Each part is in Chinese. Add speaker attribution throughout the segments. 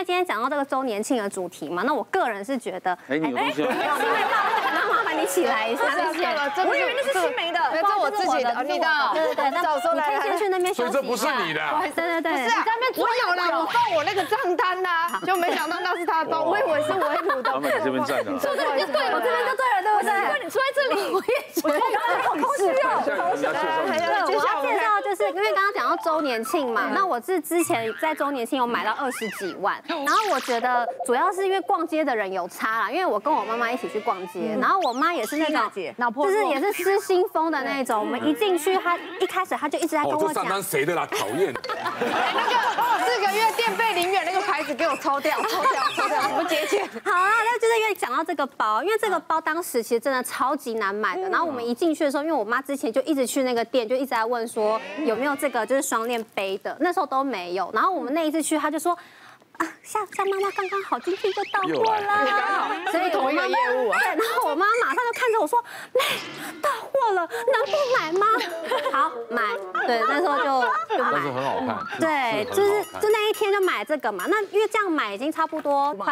Speaker 1: 今天讲到这个周年庆的主题嘛，那我个人是觉得，
Speaker 2: 你有东西吗？
Speaker 1: 那麻烦你起来一下，谢谢。
Speaker 3: 我以为那是新梅的，
Speaker 4: 这是我自己的，你的，
Speaker 1: 对对对，那
Speaker 4: 早说来，
Speaker 1: 你可以先去那边休息一下。
Speaker 5: 所以这不是你的。
Speaker 1: 对对对，
Speaker 4: 不是啊，我有啦，我放我那个账单呐，就没想到那是他的包，我以为是微乳的。
Speaker 2: 他们这边站着。
Speaker 1: 就对，我这边就对了，对不对？
Speaker 3: 你出在这里，我也觉得好空虚哦。
Speaker 1: 对，我要介绍就是因为刚刚讲到周年庆嘛，那我是之前在周年庆有买到20几万，然后我觉得主要是因为逛街的人有差啦，因为我跟我妈妈一起去逛街，然后我妈也是那种就是也是失心疯的那种，我们一进去，她一开始她就一直在跟我讲，
Speaker 5: 这账单谁的啦？讨厌。
Speaker 4: 那个4个月电费0元那个牌子给我抽掉，我节俭。
Speaker 1: 好啊，那就是因为讲到这个包，因为这个包当时其实真的超级难买的。然后我们一进去的时候，因为我妈之前就一直去那个店，就一直在问说有没有这个就是双链杯的，那时候都没有。然后我们那一次去，她就说。啊，夏妈妈刚刚好进去就到货了，
Speaker 4: 所以同一个业务啊。
Speaker 1: 对，然后我妈马上就看着我说：“妹，到货了，能不买吗？”好，买。对，那时候就买。
Speaker 5: 但是很好看。
Speaker 1: 对，就是就那一天就买这个嘛。那因为这样买已经差不多快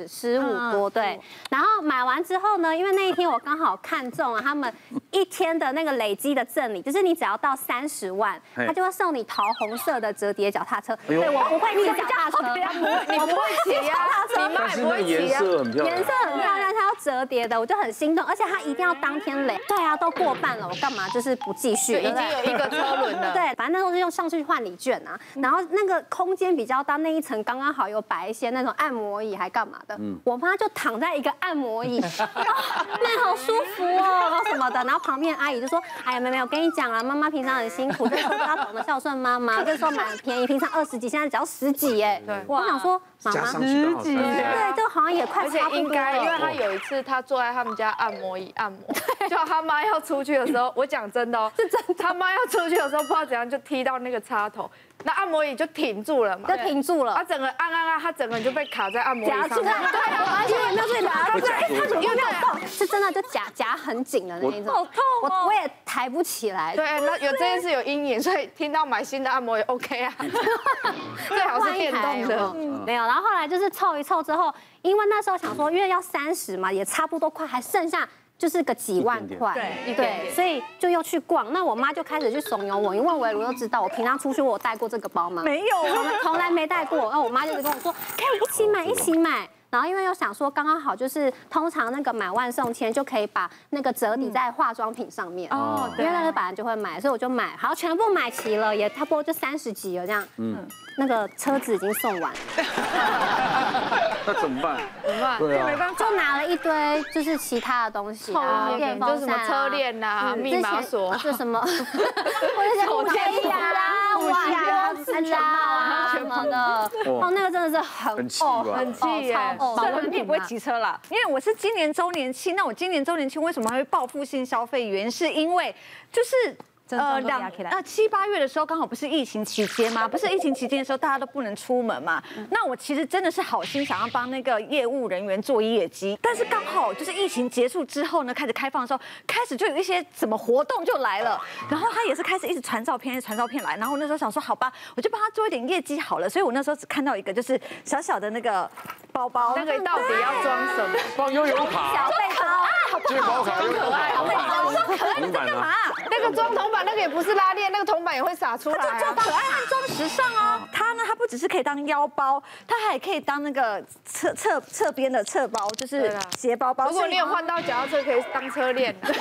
Speaker 1: 15多，对。然后买完之后呢，因为那一天我刚好看中了他们1天的那个累积的赠礼，就是你只要到30万，他就会送你桃红色的折叠脚踏车。对，我不会骑脚踏车。
Speaker 4: 你不会骑呀？你妈也不会骑呀？
Speaker 1: 颜色很漂亮，它要折叠的，我就很心动，而且它一定要当天垒。对啊，都过半了，我干嘛就是不继续？
Speaker 4: 已经有一个车轮了。
Speaker 1: 对，反正那时候是用上去换礼券啊，然后那个空间比较大，那一层刚刚好有摆一些那种按摩椅，还干嘛的？我妈就躺在一个按摩椅，那好舒服哦，然后什么的，然后旁边阿姨就说：“哎呀，妹妹，我跟你讲了，妈妈平常很辛苦，这时候要懂得孝顺妈妈，这时候买很便宜，平常20几，现在只要10几耶。”对，我想说妈妈
Speaker 5: 10几，
Speaker 1: 对，就好像也快
Speaker 4: 而且应该，因为他有一次他坐在他们家按摩椅按摩，就他妈要出去的时候，我讲真的哦，是真的，他妈要出去的时候不知道怎样就踢到那个插头，那按摩椅就停住了嘛，
Speaker 1: 就停住了，
Speaker 4: 他整个按，他整个人就被卡在按摩椅上面，
Speaker 1: 对，而且有没有注意到？他怎么又没有动？是真的就夹很紧的那一种，
Speaker 3: 好痛哦，
Speaker 1: 我也抬不起来。
Speaker 4: 对，那有这件事有阴影，所以听到买新的按摩椅 OK 啊，最好是电动的，
Speaker 1: 没有。然后后来就是凑一凑之后，因为那时候想说，因为要30嘛，也差不多快，还剩下。就是个几万块，对，所以就又去逛。那我妈就开始去怂恿我，因为维如都知道，我平常出去我有带过这个包吗？
Speaker 3: 没有，
Speaker 1: 从来没带过。然后我妈就是跟我说，可以一起买，一起买。然后因为又想说刚刚好，就是通常那个买万送千就可以把那个折抵在化妆品上面哦，因为那个本来就会买，所以我就买，好，全部买齐了，也差不多就30几了这样。那个车子已经送完了，
Speaker 2: 那怎么办？
Speaker 5: 对啊，
Speaker 3: 没办法，
Speaker 1: 就拿了一堆就是其他的东西啊，电风扇、
Speaker 4: 车链呐、密码锁，
Speaker 1: 是什么？或者是手机啊、袜呀、安全帽啊什么的。哦，那个真的是很
Speaker 2: 气吧？
Speaker 4: 很气耶！
Speaker 3: 保温瓶不会骑车啦，因为我是今年周年庆。那我今年周年庆为什么还会报复性消费？原因是因为就是7、8月的时候刚好不是疫情期间吗？不是疫情期间的时候大家都不能出门嘛。那我其实真的是好心想要帮那个业务人员做业绩，但是刚好就是疫情结束之后呢，开始开放的时候，开始就有一些什么活动就来了，然后他也是开始一直传照片来，然后那时候想说好吧，我就帮他做一点业绩好了，所以我那时候只看到一个就是小小的那个包包，
Speaker 4: 那个到底要装什么？
Speaker 5: 放悠游卡、
Speaker 1: 小背包，
Speaker 5: 健保卡、悠游卡，
Speaker 3: 你在干嘛？
Speaker 4: 那个装铜板，那个也不是拉链，那个铜板也会洒出来。
Speaker 3: 就装可爱和装时尚啊！它呢，它不只是可以当腰包，它还可以当那个侧边的侧包，就是斜包包。
Speaker 4: 如果你有换到脚踏车，可以当车链。
Speaker 1: 不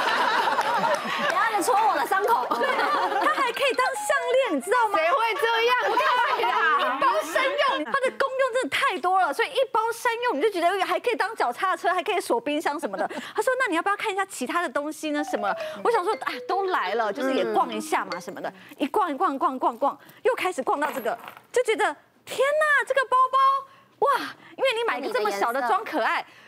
Speaker 1: 要戳我的伤口。
Speaker 3: 它还可以当项链，你知道吗？
Speaker 4: 谁会这样？对啦，
Speaker 3: 一包三用，它的功用真的太多了，所以一包三用你就觉得还可以当脚踏车，还可以锁冰箱什么的。他说：“那你要不要看一下其他的东西呢？什么？”我想说啊，都来了，就是也逛一下嘛什么的。一逛，又开始逛到这个，就觉得天哪，这个包包哇！因为你买个这么小的装可爱。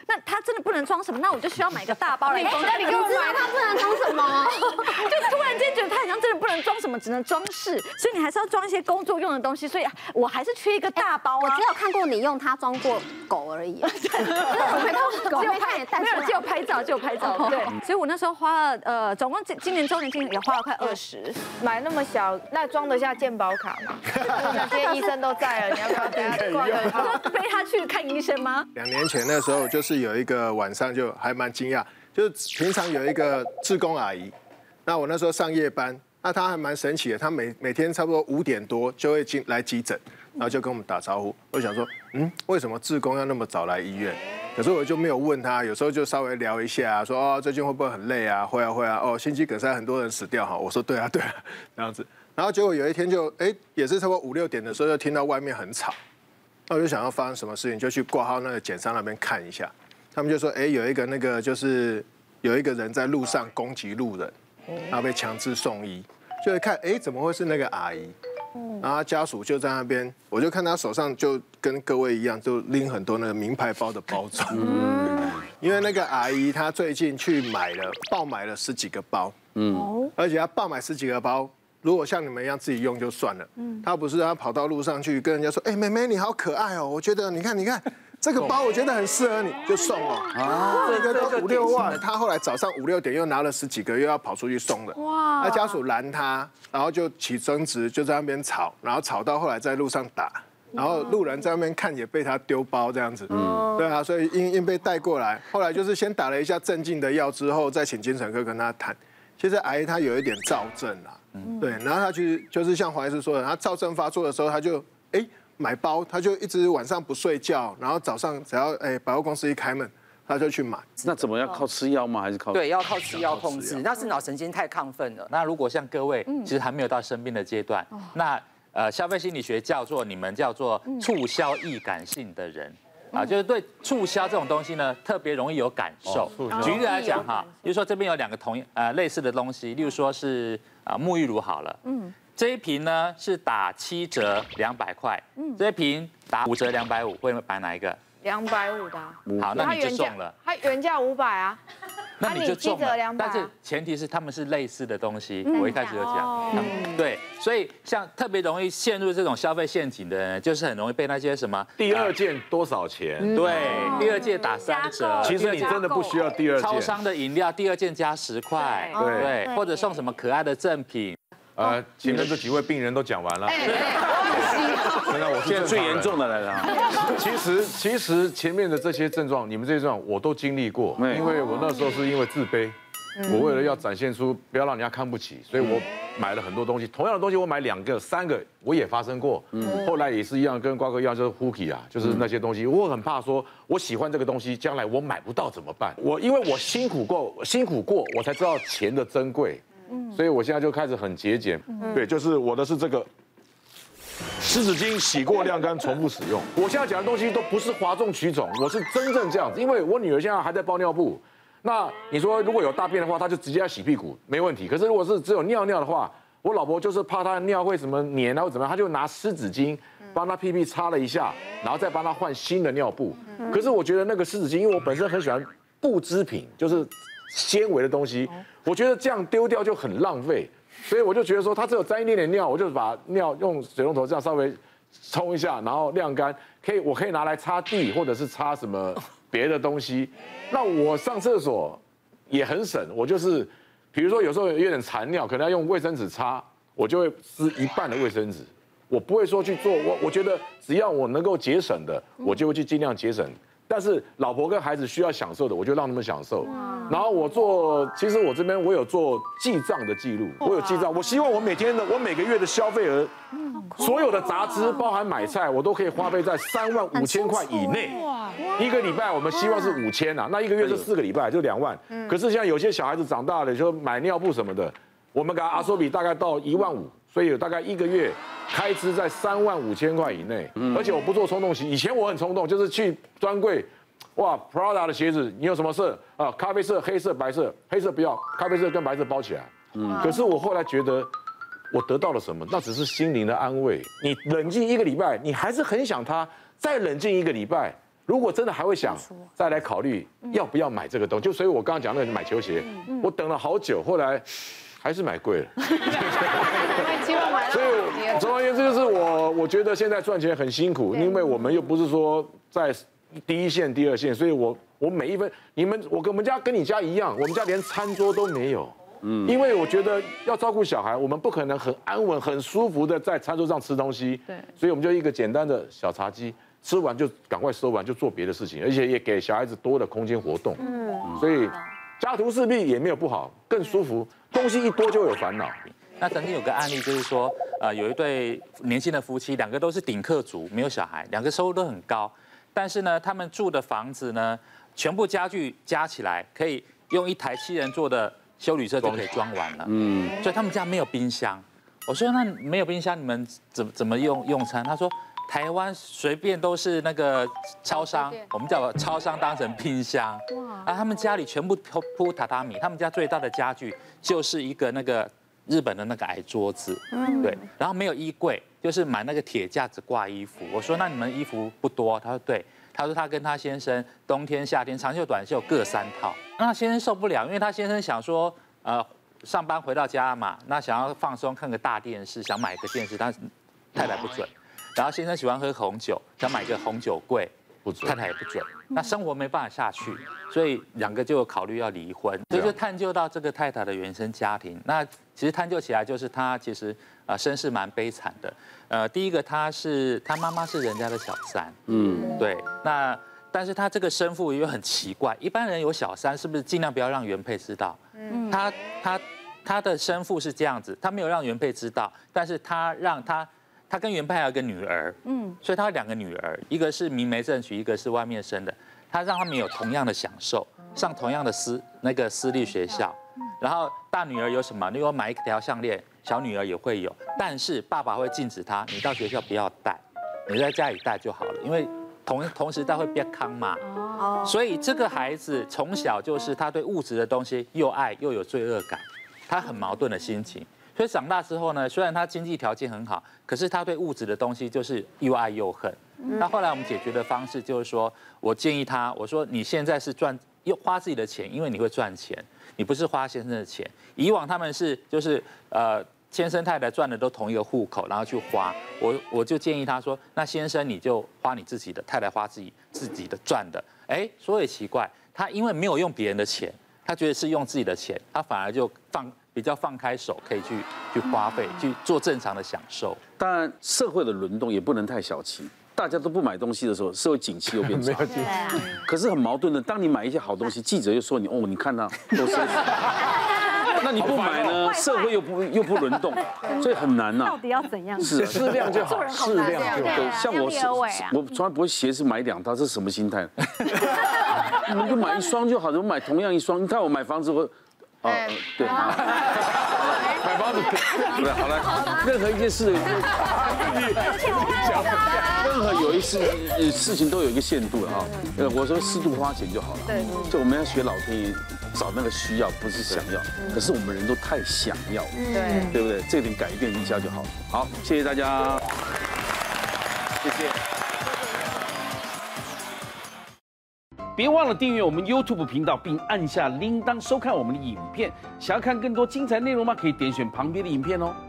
Speaker 3: 那它真的不能装什么，那我就需要买一个大包来装。
Speaker 1: 你知道它不能装什么？
Speaker 3: 就突然间觉得它好像真的不能装什么，只能装饰，所以你还是要装一些工作用的东西，所以我还是缺一个大包啊。
Speaker 1: 我只有看过你用它装过狗而已，狗没看也带出来，
Speaker 3: 没有，只有拍照，对。所以我那时候花了总共今年周年庆也花了快20。
Speaker 4: 买那么小，那装得下健保卡吗？今天医生都在了，你要不要等下挂个号？
Speaker 3: 背他去看医生吗
Speaker 6: ？2年前那时候，就是有一个晚上就还蛮惊讶，就是平常有一个志工阿姨，那我那时候上夜班，那她还蛮神奇的，她每天差不多5点多就会来急诊，然后就跟我们打招呼。我想说，为什么志工要那么早来医院？可是我就没有问她，有时候就稍微聊一下，说哦最近会不会很累啊？会啊，哦心肌梗塞很多人死掉哈。我说对啊，这样子。然后结果有一天就也是差不多5、6点的时候，就听到外面很吵。那我就想要发生什么事情，就去挂号那个检伤那边看一下。他们就说，有一个那个就是有一个人在路上攻击路人，然后被强制送医。就一看，怎么会是那个阿姨？然后他家属就在那边，我就看他手上就跟各位一样，就拎很多那个名牌包的包装。因为那个阿姨她最近去爆买了10几个包，而且她爆买10几个包。如果像你们一样自己用就算了，他不是他跑到路上去跟人家说，妹妹你好可爱哦，我觉得你看这个包我觉得很适合你，就送了。这个都5、6万，他后来早上5、6点又拿了10几个，又要跑出去送的。哇！那家属拦他，然后就起争执，就在那边吵，然后吵到后来在路上打，然后路人在那边看也被他丢包这样子。对啊，所以硬被带过来，后来就是先打了一下镇静的药之后，再请精神科跟他谈。其实阿姨她有一点躁症啦。对，然后他就是像黄医师说的，他躁症发作的时候，他就买包，他就一直晚上不睡觉，然后早上只要百货公司一开门，他就去买。
Speaker 2: 那怎么要靠吃药吗？还是靠？
Speaker 7: 对，要靠吃药控制，那是脑神经太亢奋了。
Speaker 8: 那如果像各位其实还没有到生病的阶段，那消费心理学你们叫做促销易感性的人。就是对促销这种东西呢，特别容易有感受。举例来讲哈，比如说这边有2个类似的东西，例如说是沐浴乳好了，这一瓶呢是打7折200块，这一瓶打5折250，会买哪一个
Speaker 4: ？250的。
Speaker 8: 好，那你就中了。
Speaker 4: 它原价500啊。
Speaker 8: 那你就中了
Speaker 4: ，200，
Speaker 8: 但是前提是他们是类似的东西。我一开始就讲，对，所以像特别容易陷入这种消费陷阱的人，就是很容易被那些什么
Speaker 5: 第2件多少钱？
Speaker 8: 对，第2件打3折。
Speaker 5: 其实你真的不需要第2件。
Speaker 8: 超商的饮料第2件加10块，对，或者送什么可爱的赠品。
Speaker 5: 前面这几位病人都讲完了。我
Speaker 2: 现在最严重的来了。
Speaker 5: 其实前面的这些症状，你们这些症状我都经历过，因为我那时候是因为自卑，我为了要展现出不要让人家看不起，所以我买了很多东西。同样的东西我买2个、3个，我也发生过。后来也是一样，跟瓜哥一样，就是 Hooky 啊，就是那些东西，我很怕说，我喜欢这个东西，将来我买不到怎么办？因为我辛苦过，我才知道钱的珍贵。所以我现在就开始很节俭。对，就是我的是这个。湿纸巾洗过晾干，重复使用。我现在讲的东西都不是哗众取宠，我是真正这样子。因为我女儿现在还在包尿布，那你说如果有大便的话，她就直接要洗屁股，没问题。可是如果是只有尿的话，我老婆就是怕她的尿会什么黏啊或怎么样，她就拿湿纸巾帮她屁屁擦了一下，然后再帮她换新的尿布。可是我觉得那个湿纸巾，因为我本身很喜欢布织品，就是纤维的东西，我觉得这样丢掉就很浪费。所以我就觉得说，它只有沾一点点尿，我就把尿用水龙头这样稍微冲一下，然后晾干，我可以拿来擦地或者是擦什么别的东西。那我上厕所也很省，我就是比如说有时候有点残尿，可能要用卫生纸擦，我就会撕1半的卫生纸，我不会说去做，我觉得只要我能够节省的，我就会去尽量节省。但是老婆跟孩子需要享受的，我就让他们享受。然后其实我这边我有做记账的记录，我有记账。我希望我每个月的消费额，所有的杂支包含买菜，我都可以花费在35000块以内。1个礼拜我们希望是5000啊，那1个月是4个礼拜就2万。可是像有些小孩子长大了，就买尿布什么的，我们给他阿索比大概到15000，所以有大概1个月开支在35000块以内。而且我不做冲动洗，以前我很冲动，就是去专柜。哇 ，Prada 的鞋子，你有什么色啊？咖啡色、黑色、白色，黑色不要，咖啡色跟白色包起来。可是我后来觉得，我得到了什么？那只是心灵的安慰。你冷静1个礼拜，你还是很想它，再冷静1个礼拜， 如果真的还会想再来考虑要不要买这个东西，就所以我刚刚讲那个买球鞋，我等了好久，后来还是买贵了。所以总而言之就是我觉得现在赚钱很辛苦，因为我们又不是说在第一线、第二线，所以我每一分我们家跟你家一样，我们家连餐桌都没有。因为我觉得要照顾小孩，我们不可能很安稳、很舒服的在餐桌上吃东西。对，所以我们就一个简单的小茶几，吃完就赶快收完，就做别的事情，而且也给小孩子多的空间活动。所以家徒四壁也没有不好，更舒服。东西一多就有烦恼。
Speaker 8: 那曾经有个案例就是说，有一对年轻的夫妻，两个都是顶客族，没有小孩，两个收入都很高，但是呢，他们住的房子呢，全部家具加起来可以用一台7人座的休旅车就可以装完了，所以他们家没有冰箱。我说那没有冰箱，你们怎么用餐？他说台湾随便都是那个超商，我们叫超商当成冰箱。哇！他们家里全部铺榻榻米，他们家最大的家具就是一个那个日本的那个矮桌子，对，然后没有衣柜，就是买那个铁架子挂衣服。我说那你们衣服不多？他说对。他说他跟他先生冬天、夏天长袖、短袖各3套。那先生受不了，因为他先生想说，上班回到家嘛，那想要放松看个大电视，想买个电视，但太太不准。然后先生喜欢喝红酒，想买个红酒柜，不准，太太也不准。那生活没办法下去，所以两个就有考虑要离婚。所以就探究到这个太太的原生家庭。那其实探究起来就是她其实身世蛮悲惨的。第一个她妈妈是人家的小三，对。那但是她这个生父又很奇怪，一般人有小三是不是尽量不要让原配知道？她的生父是这样子，他没有让原配知道，但是他跟原配还有个女儿，所以他有2个女儿，一个是明媒正娶，一个是外面生的，他让他们有同样的享受，上同样的私立学校，然后大女儿有什么，如果买一条项链，小女儿也会有，但是爸爸会禁止他，你到学校不要戴，你在家里戴就好了，因为同时戴会变康嘛，所以这个孩子从小就是他对物质的东西又爱又有罪恶感，他很矛盾的心情。所以长大之后呢，虽然他经济条件很好，可是他对物质的东西就是又爱又恨。那后来我们解决的方式就是说，我建议他，我说你现在是花自己的钱，因为你会赚钱，你不是花先生的钱。以往他们是就是先生太太赚的都同一个户口，然后去花。我就建议他说，那先生你就花你自己的，太太花自己的赚的。哎，说也奇怪，他因为没有用别人的钱，他觉得是用自己的钱，他反而就比较放开手，可以去花费，去做正常的享受。
Speaker 2: 当然，社会的轮动也不能太小气。大家都不买东西的时候，社会景气又变差。可是很矛盾的，当你买一些好东西，记者又说你看他多奢侈。那你不买呢？社会又不轮动，所以很难呐。
Speaker 3: 到底要怎样？
Speaker 2: 是
Speaker 5: 适量就好，适量就好。
Speaker 2: 像我从来不会鞋子买2套，这是什么心态？你们就买1双就好，我买同样1双。你看我买房子对啊，
Speaker 5: 买房子，
Speaker 2: 对，好了，任何一件事，任何有一事情都有一个限度了哈。我说适度花钱就好了。对，就我们要学老天爷，找那个需要，不是想要。可是我们人都太想要，对不对？这点改变一下就好了。好，谢谢大家，谢谢。别忘了订阅我们 YouTube 频道，并按下铃铛收看我们的影片。想要看更多精彩内容吗？可以点选旁边的影片哦。